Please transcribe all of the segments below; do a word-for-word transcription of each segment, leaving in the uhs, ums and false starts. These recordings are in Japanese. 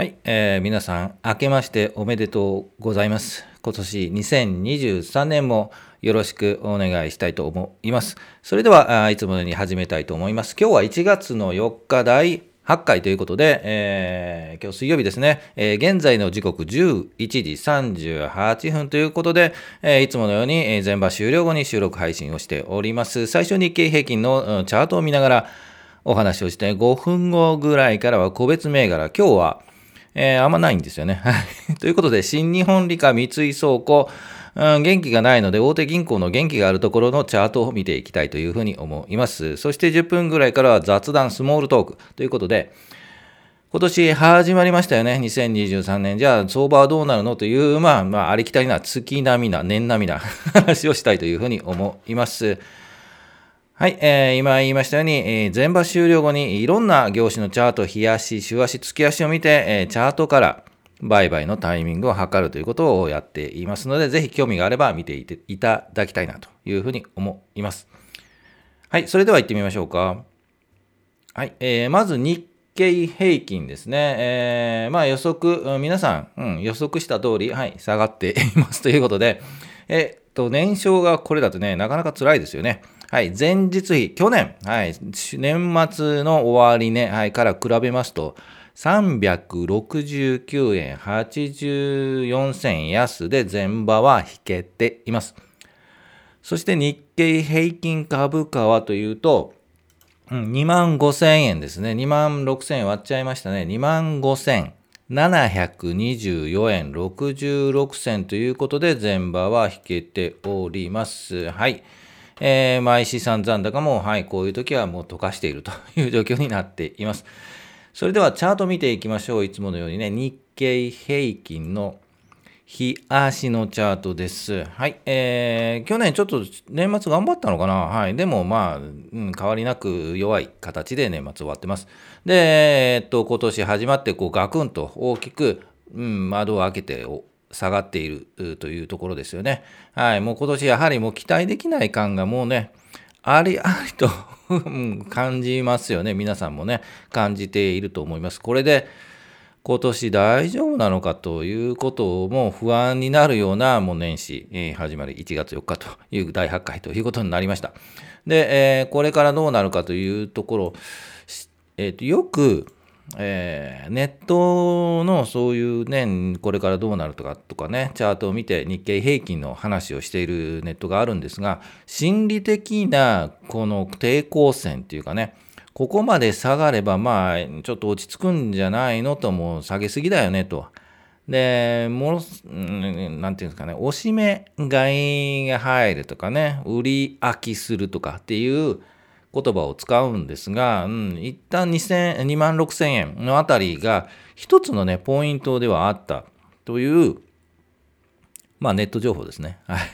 はい、えー皆さん、明けましておめでとうございます。今年にせんにじゅうさんねんもよろしくお願いしたいと思います。それでは、あいつものように始めたいと思います。今日はいちがつのよっかだいはちかいということで、えー今日水曜日ですね、えー現在の時刻じゅういちじさんじゅうはっぷんということで、えーいつものように、えー前場終了後に収録配信をしております。最初日経平均のうんチャートを見ながらお話をしてごふんごぐらいからは個別銘柄、今日はえーあんまないんですよね。はい。ということで、新日本理科三井倉庫、うん、元気がないので、大手銀行の元気があるところのチャートを見ていきたいというふうに思います。そしてじゅっぷんぐらいからは雑談スモールトークということで、今年始まりましたよね。にせんにじゅうさんねん。じゃあ、相場はどうなるのという、まあ、まあ、ありきたりな月並みな、年並みな話をしたいというふうに思います。はい、えー今言いましたように、えー前場終了後にいろんな業種のチャート、日足、週足、月足を見て、えーチャートから売買のタイミングを測るということをやっていますので、ぜひ興味があれば見ていていただきたいなというふうに思います。はい、それでは行ってみましょうか。はい、えーまず日経平均ですね。えーまあ予測、うん皆さん、うん、予測した通り、はい、下がっていますということで、えっと、年商がこれだとね、なかなか辛いですよね。はい、前日比、去年、はい、年末の終値、はい、から比べますと、さんびゃくろくじゅうきゅうえんはちじゅうよん銭安で前場は引けています。そして日経平均株価はというと、うん、にまんごせんえんですね。にまんろくせんえん割っちゃいましたね。にまんごせんななひゃくにじゅうよえんろくじゅうろく銭ということで、前場は引けております。はい。えー、毎資産残高も、はい、こういう時はもう溶かしているという状況になっています。それではチャート見ていきましょう。いつものようにね、日経平均の日足のチャートです。はい。えー、去年ちょっと年末頑張ったのかな。はい。でもまあ、うん、変わりなく弱い形で年末終わってます。で、えっと、今年始まってこうガクンと大きく、うん、窓を開けて下がっているというところですよね。はい。もう今年やはりもう期待できない感がもうね、ありありとうん感じますよね。皆さんもね、感じていると思います。これで、今年大丈夫なのかということも不安になるようなもう年始、えー始まりいちがつよっかというだいはちかいということになりました。で、えーこれからどうなるかというところ、しえーとよく、えーネットのそういうね、これからどうなるとかとかね、チャートを見て日経平均の話をしているネットがあるんですが、心理的なこの抵抗線っていうかね、ここまで下がれば、まあ、ちょっと落ち着くんじゃないのと、もう下げすぎだよねと。で、もう、うんなんていうんですかね、押し目買いが入るとかね、売り空きするとかっていう言葉を使うんですが、うん、一旦にせんにまんろくせんえんのあたりが一つのね、ポイントではあったという、まあネット情報ですね。はい。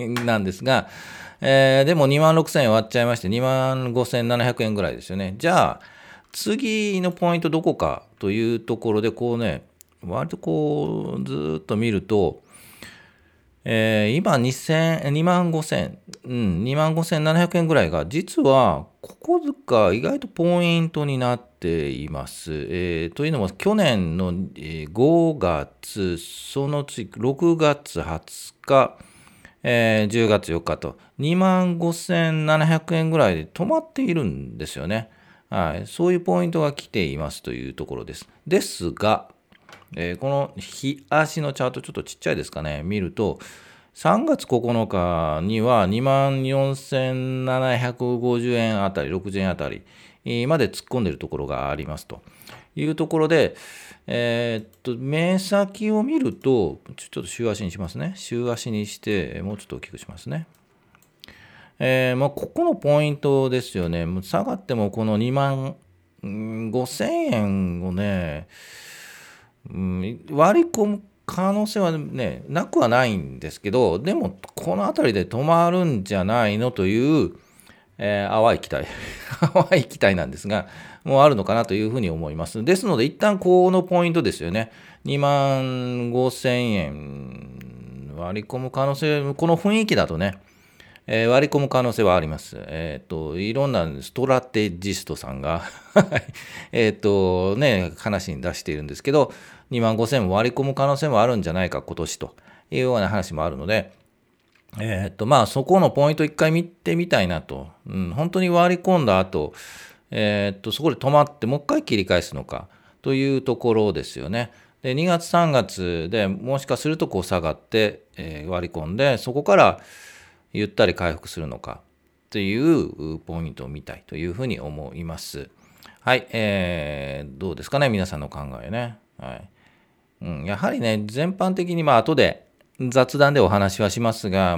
なんですが、えーでもにまんろくせんえん割っちゃいまして、にまんごせんななひゃくえんぐらいですよね。じゃあ、次のポイントどこかというところで、こうね、割とこう、ずーっと見ると、えー今にせん、にまんごせん、うん、にまんごせんななひゃくえんぐらいが、実は、ここが意外とポイントになっています。えーというのも、去年のえーごがつ、その次、ろくがつはつか、えーじゅうがつよっかと、にまんごせんななひゃくえんぐらいで止まっているんですよね。はい。そういうポイントが来ていますというところです。ですが、えーこの日足のチャート、ちょっとちっちゃいですかね、見ると、さんがつここのかにはにまんよんせんななひゃくごじゅうえんあたり、ろくじゅうえんあたりえーまで突っ込んでいるところがありますというところで、えーっと、目先を見ると、ちょちょっと週足にしますね。週足にして、もうちょっと大きくしますね。えーまあ、ここのポイントですよね。もう下がってもこのにまんごせんえんをね、うん割り込む可能性はね、なくはないんですけど、でも、この辺りで止まるんじゃないのという、えー淡い期待、淡い期待なんですが、もうあるのかなというふうに思います。ですので、一旦このポイントですよね。にまんごせんえん割り込む可能性、この雰囲気だとね、 えー割り込む可能性はあります。えっ、と、いろんなストラテジストさんがえっとね、話に出しているんですけど、にまんごせんも割り込む可能性もあるんじゃないか、今年というような話もあるので、えっと、まあ、そこのポイント一回見てみたいなと。うん、本当に割り込んだ後、えっと、そこで止まってもう一回切り返すのかというところですよね。で、にがつさんがつでもしかするとこう下がって、えー割り込んで、そこからゆったり回復するのかというポイントを見たいというふうに思います。はい、えー、どうですかね、皆さんの考えね。はい。うん、やはりね、全般的にまあ後で雑談でお話はしますが、うん、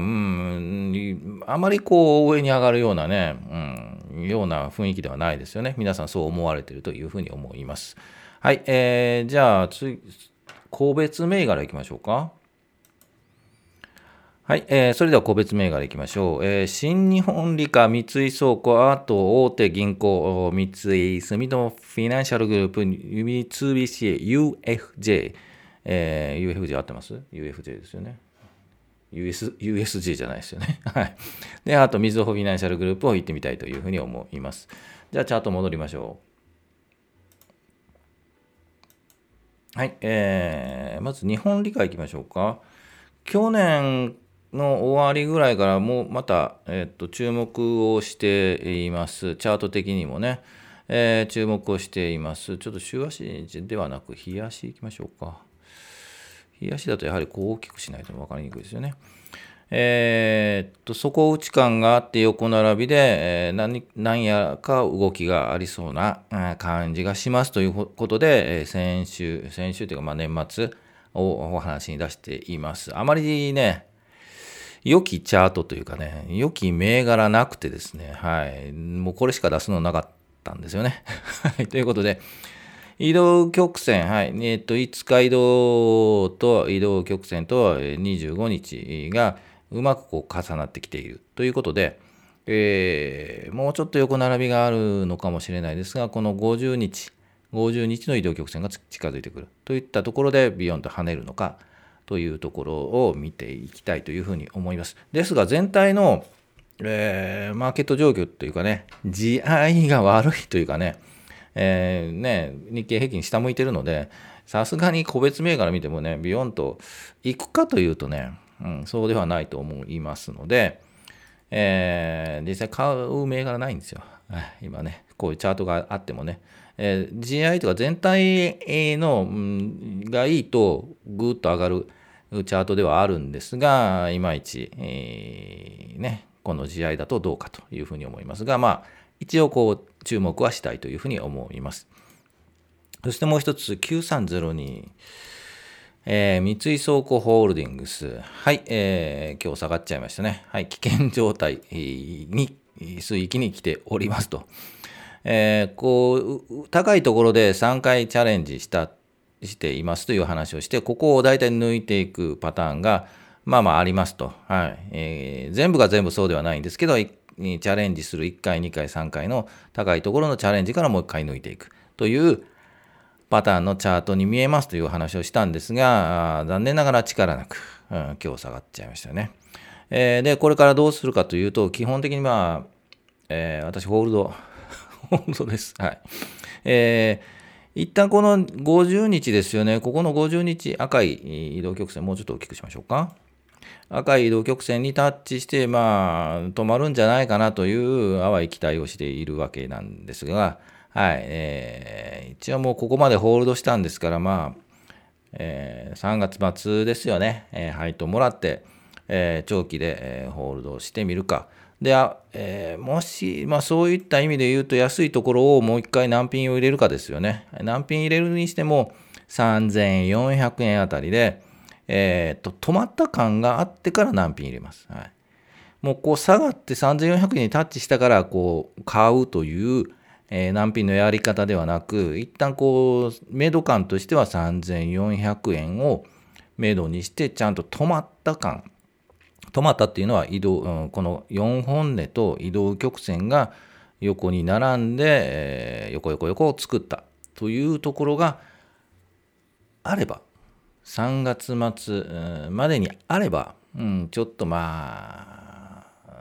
あまりこう上に上がるようなね、うん、ような雰囲気ではないですよね。皆さんそう思われているというふうに思います。はい、えー、じゃあ次、個別銘柄いきましょうか。はい、えー、それでは個別銘柄いきましょう。えー、新日本理科、三井倉庫、あと大手銀行、三井住友フィナンシャルグループ、三菱 ユーエフジェー、えー、ユーエフジェー 合ってます？ ユーエフジェー ですよね。ユーエス、ユーエスジェー じゃないですよね。はい。で、あと、みずほフィナンシャルグループを言ってみたいというふうに思います。じゃあ、チャート戻りましょう。はい。えー、まず、日本理科いきましょうか。去年の終わりぐらいからもうまた、えっと、注目をしています。チャート的にもね、えー注目をしています。ちょっと週足ではなく、日足いきましょうか。日足だとやはりこう大きくしないと分かりにくいですよね。えーっと、底打ち感があって横並びで、えー何何やか動きがありそうなあー感じがしますということで、えー先週、先週というかまあ年末をお話に出しています。あまりね、良きチャートというかね、良き銘柄なくてですね、はい、もうこれしか出すのなかったんですよね。はい、ということで、移動曲線、はい、えっと、いつか移動と移動曲線とえーにじゅうごにちがうまくこう重なってきているということで、えーもうちょっと横並びがあるのかもしれないですが、このごじゅうにち、ごじゅうにちの移動曲線がつ近づいてくるといったところでビヨンと跳ねるのかというところを見ていきたいというふうに思います。ですが、全体の、えーマーケット状況というかね、地合いが悪いというかね、えーね、日経平均下向いてるので、さすがに個別銘柄見てもね、ビヨンと行くかというとね、うん、そうではないと思いますので、えー実際買う銘柄ないんですよ。はい今ね、こういうチャートがあってもね、えージーアイ とか全体の、うんがいいとぐーっと上がるチャートではあるんですが、いまいち、えーね、この ジーアイ だとどうかというふうに思いますが、まあ、一応こう注目はしたいというふうに思います。そしてもう一つ、きゅうさんゼロに、えー三井倉庫ホールディングス。はい、えー今日下がっちゃいましたね。はい、危険状態に、水域に来ておりますと。えーこう、高いところでさんかいチャレンジした、していますという話をして、ここを大体抜いていくパターンが、まあまあありますと。はい。えー全部が全部そうではないんですけど、いチャレンジするいっかい、にかい、さんかいの高いところのチャレンジからもういっかい抜いていくというパターンのチャートに見えますという話をしたんですが、あー残念ながら力なく、うん、今日下がっちゃいましたよね。えーで、これからどうするかというと、基本的にまあ、えー私ホールド、ホールドです。はい。えー一旦このごじゅうにちですよね。ここのごじゅうにち赤い移動曲線、もうちょっと大きくしましょうか。赤い移動曲線にタッチして、まあ、止まるんじゃないかなという淡い期待をしているわけなんですが、はい、えー一応もうここまでホールドしたんですから、まあ、えーさんがつ末ですよね、えー配当もらって、えー長期で、えーホールドしてみるか。で、あえーもし、まあそういった意味で言うと、安いところをもう一回難品を入れるかですよね。難品入れるにしても、さんぜんよんひゃくえんあたりで、えーと、止まった感があってから難品入れます。はい。もうこう下がってさんぜんよんひゃくえんにタッチしたからこう買うという、えー難品のやり方ではなく、一旦こう、メド感としてはさんぜんよんひゃくえんをメドにして、ちゃんと止まった感。止まったっていうのは移動、うんこのよんほん根と移動曲線が横に並んで、えー横横横を作ったというところがあれば、さんがつ末うんまでにあれば、うん、ちょっとまあ、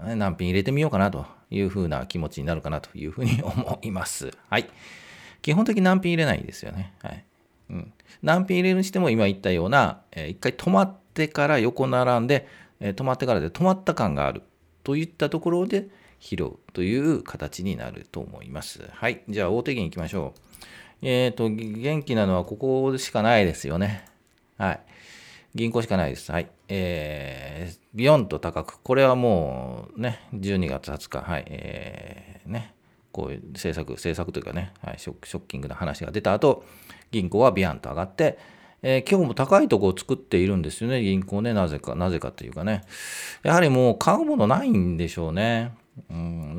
難品入れてみようかなというふうな気持ちになるかなというふうに思います。はい。基本的に難品入れないですよね。はい。うん、難品入れるにしても今言ったような、えー、一回止まってから横並んで、えー、止まってからで止まった感があるといったところで拾うという形になると思います。はい。じゃあ大手銀いきましょう。えっと、元気なのはここしかないですよね。はい。銀行しかないです。はい。えー、ビヨンと高く。これはもうね、じゅうにがつはつか。はい。えー、ね。こういう政策、政策というかね、はい、ショック、ショッキングな話が出た後、銀行はビヤンと上がって、えー、今日も高いところを作っているんですよね、銀行ね。なぜか、なぜかというかね。やはりもう買うものないんでしょうね。うん、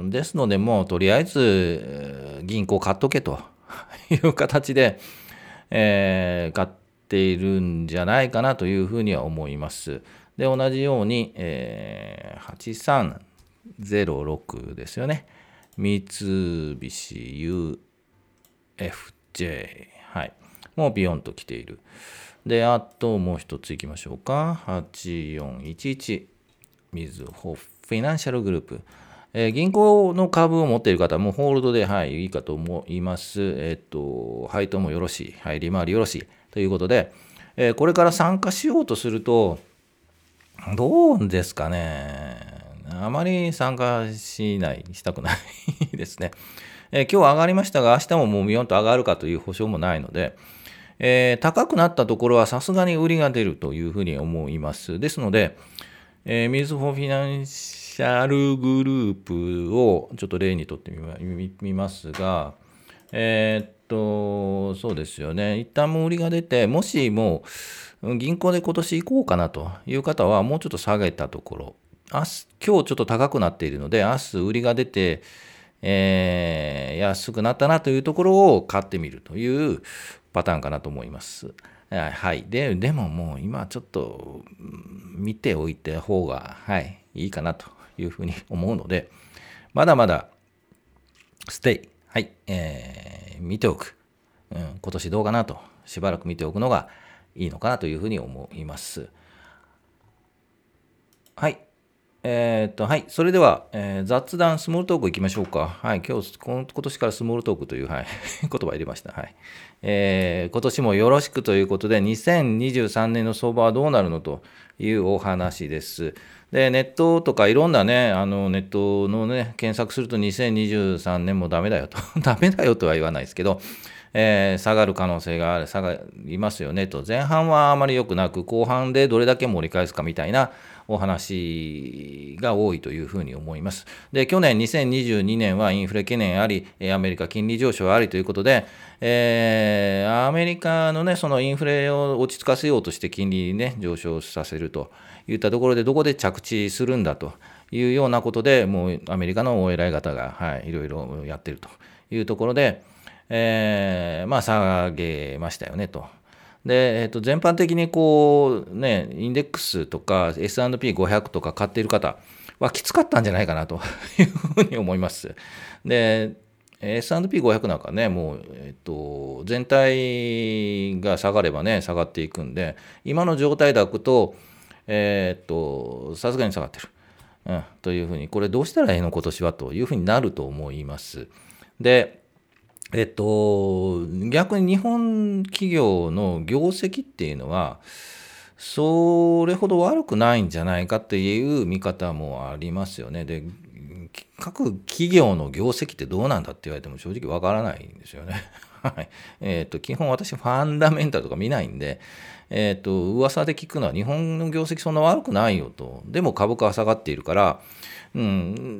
ですので、もうとりあえず、銀行買っとけという形で、えー、買っているんじゃないかなというふうには思います。で、同じように、えー、はちさんゼロろくですよね。三菱 ユーエフジェー。はい。もうビヨンと来ている。で、あともう一ついきましょうか。はちよんいちいち。みずほフィナンシャルグループ。えー、銀行の株を持っている方はもうホールドで、はい、いいかと思います。えっと、配当もよろしい。はい、利回りよろしい。ということで、えー、これから参加しようとすると、どうですかね。あまり参加しない、したくないですね。えー、今日上がりましたが、明日ももうビヨンと上がるかという保証もないので、えー、高くなったところはさすがに売りが出るというふうに思います。ですので、えー、みずほフィナンシャルグループをちょっと例にとってみみますが、えー、っと、そうですよね。一旦もう売りが出て、もしもう銀行で今年行こうかなという方は、もうちょっと下げたところ、明日、今日ちょっと高くなっているので、明日売りが出て、えー、安くなったなというところを買ってみるというパターンかなと思います。はい。で、でももう今ちょっと見ておいた方が、はい、いいかなというふうに思うので、まだまだステイ、はい、えー、見ておく、うん。今年どうかなと、しばらく見ておくのがいいのかなというふうに思います。はい。えー、っと、はい。それでは、えー、雑談スモールトークいきましょうか。はい。今日、今年からスモールトークという、はい、言葉を入れました。はい。えー、今年もよろしくということで、にせんにじゅうさんねんの相場はどうなるのというお話です。で、ネットとかいろんなね、あの、ネットのね、検索するとにせんにじゅうさんねんもダメだよと。ダメだよとは言わないですけど、えー、下がる可能性がある、下がりますよねと。前半はあまり良くなく、後半でどれだけ盛り返すかみたいなお話が多いというふうに思います。で、去年にせんにじゅうにねんはインフレ懸念あり、アメリカ金利上昇ありということで、えー、アメリカのね、そのインフレを落ち着かせようとして金利ね、上昇させるといったところで、どこで着地するんだというようなことで、もうアメリカのお偉い方が、はい、いろいろやってるというところで、えー、まあ下げましたよねと。で、えっと、全般的にこうね、インデックスとか エスアンドピーごひゃく とか買っている方はきつかったんじゃないかなというふうに思います。で、エスアンドピーごひゃく なんかね、もう、えっと、全体が下がればね、下がっていくんで、今の状態で開くと、えっと、さすがに下がってる。うん、というふうに、これどうしたらええの今年はというふうになると思います。で、えっと、逆に日本企業の業績っていうのは、それほど悪くないんじゃないかっていう見方もありますよね。で、各企業の業績ってどうなんだって言われても正直わからないんですよね。はい。えっと、基本私ファンダメンタルとか見ないんで、えっと、噂で聞くのは日本の業績そんな悪くないよと。でも株価は下がっているから、うん、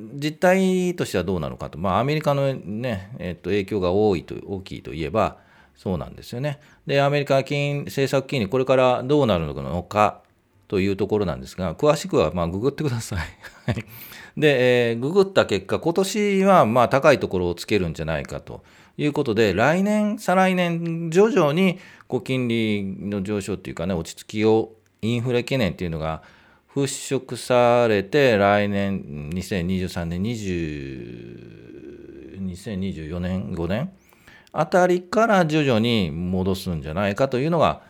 実態としてはどうなのかと。まあ、アメリカのね、えっと、影響が多いと、大きいといえば、そうなんですよね。で、アメリカ金政策金利、これからどうなるのかというところなんですが、詳しくは、まあ、ググってください。で、えー、ググった結果、今年は、まあ、高いところをつけるんじゃないかということで、来年、再来年、徐々に、こう、金利の上昇っていうかね、落ち着きを、インフレ懸念っていうのが、払拭されて、来年、にせんにじゅうさんねん、にじゅう、にせんにじゅうよねん、ごねんあたりから徐々に戻すんじゃないかというのが、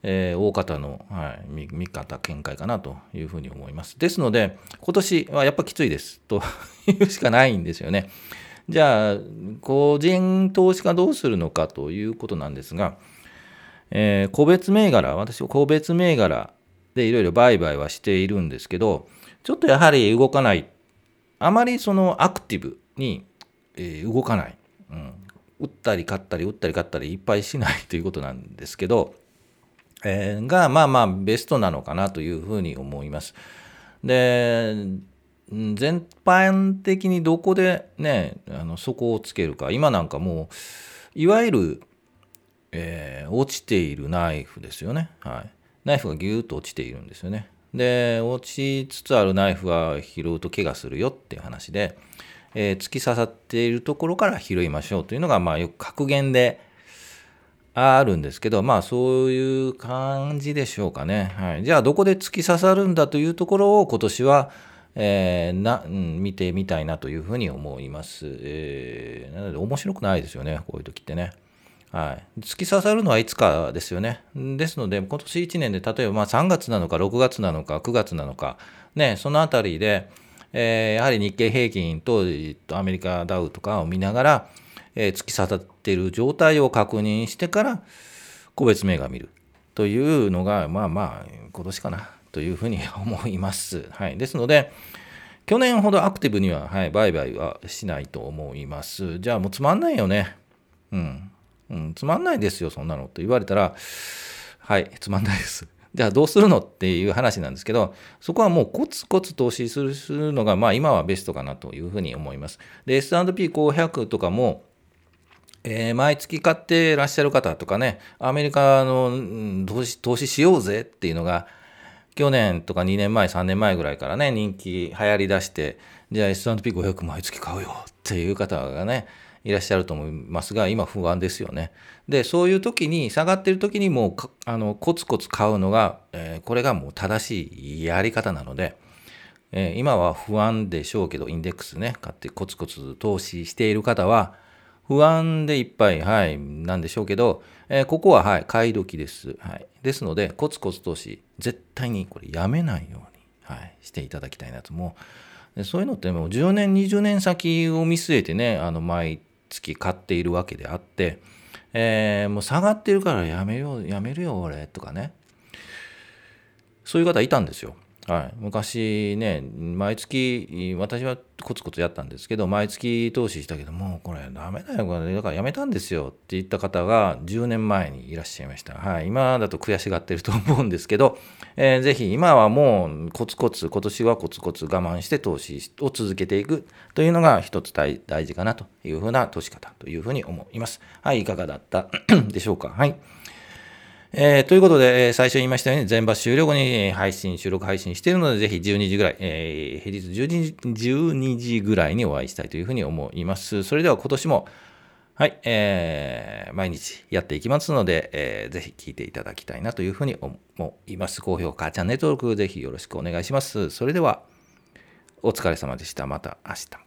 えー、大方の、はい、見見方、見解かなというふうに思います。ですので、今年はやっぱきついですというしかないんですよね。じゃあ、個人投資家どうするのかということなんですが、えー、個別銘柄、私は個別銘柄でいろいろ売買はしているんですけど、ちょっとやはり動かない、あまりそのアクティブに、えー、動かない、うん、売ったり買ったり、売ったり買ったりいっぱいしないということなんですけど、えー、が、まあまあベストなのかなというふうに思います。で、全般的にどこでね、あの底をつけるか、今なんかもう、いわゆる、えー、落ちているナイフですよね。はい。ナイフがギューッと落ちているんですよね。で、落ちつつあるナイフは拾うと怪我するよっていう話で、えー、突き刺さっているところから拾いましょうというのが、まあよく格言であるんですけど、まあそういう感じでしょうかね。はい。じゃあどこで突き刺さるんだというところを今年は、えーなうん、見てみたいなというふうに思います。えー、なので面白くないですよね、こういう時ってね。はい、突き刺さるのはいつかですよね。ですので、今年いちねんで、例えばまあさんがつなのか、ろくがつなのか、くがつなのか、ね、そのあたりで、えー、やはり日経平均とアメリカダウとかを見ながら、えー、突き刺さっている状態を確認してから、個別銘柄見るというのが、まあまあ、今年かなというふうに思います。はい、ですので、去年ほどアクティブには、はい、売買はしないと思います。じゃあもうつまんないよね。うん。うん、つまんないですよ、そんなのって言われたら、はい、つまんないです。じゃあどうするのっていう話なんですけど、そこはもうコツコツ投資するのが、まあ今はベストかなというふうに思います。で、エスアンドピーごひゃく とかも、えー、毎月買ってらっしゃる方とかね、アメリカの、うん、投資、投資しようぜっていうのが、去年とかにねんまえ、さんねんまえぐらいからね、人気流行り出して、じゃあ エスアンドピーごひゃく 毎月買うよっていう方がね、いらっしゃると思いますが、今不安ですよね。で、そういう時に、下がってる時にもうあのコツコツ買うのが、えー、これがもう正しいやり方なので、えー、今は不安でしょうけど、インデックスね、買ってコツコツ投資している方は、不安でいっぱい、はい、なんでしょうけど、えー、ここは、はい、買い時です。はい。ですので、コツコツ投資、絶対にこれやめないように、はい、していただきたいなと。もう、そういうのってもうじゅうねん、にじゅうねん先を見据えてね、あの、毎月買っているわけであって、えー、もう下がってるからやめよう、やめるよ、俺、とかね。そういう方いたんですよ。はい、昔ね、毎月、私はコツコツやったんですけど、毎月投資したけども、これダメだよ、これだからやめたんですよって言った方がじゅうねんまえにいらっしゃいました。はい、今だと悔しがってると思うんですけど、えー、ぜひ今はもうコツコツ、今年はコツコツ我慢して投資を続けていくというのが一つ大事かなというふうな投資方というふうに思います。はい、いかがだったでしょうか。はい。えー、ということで、えー、最初言いましたように、全場終了後に配信、収録配信しているので、ぜひじゅうにじぐらい、えー、平日じゅうにじ、じゅうにじぐらいにお会いしたいというふうに思います。それでは今年も、はい、えー、毎日やっていきますので、えー、ぜひ聞いていただきたいなというふうに思います。高評価、チャンネル登録、ぜひよろしくお願いします。それでは、お疲れ様でした。また明日。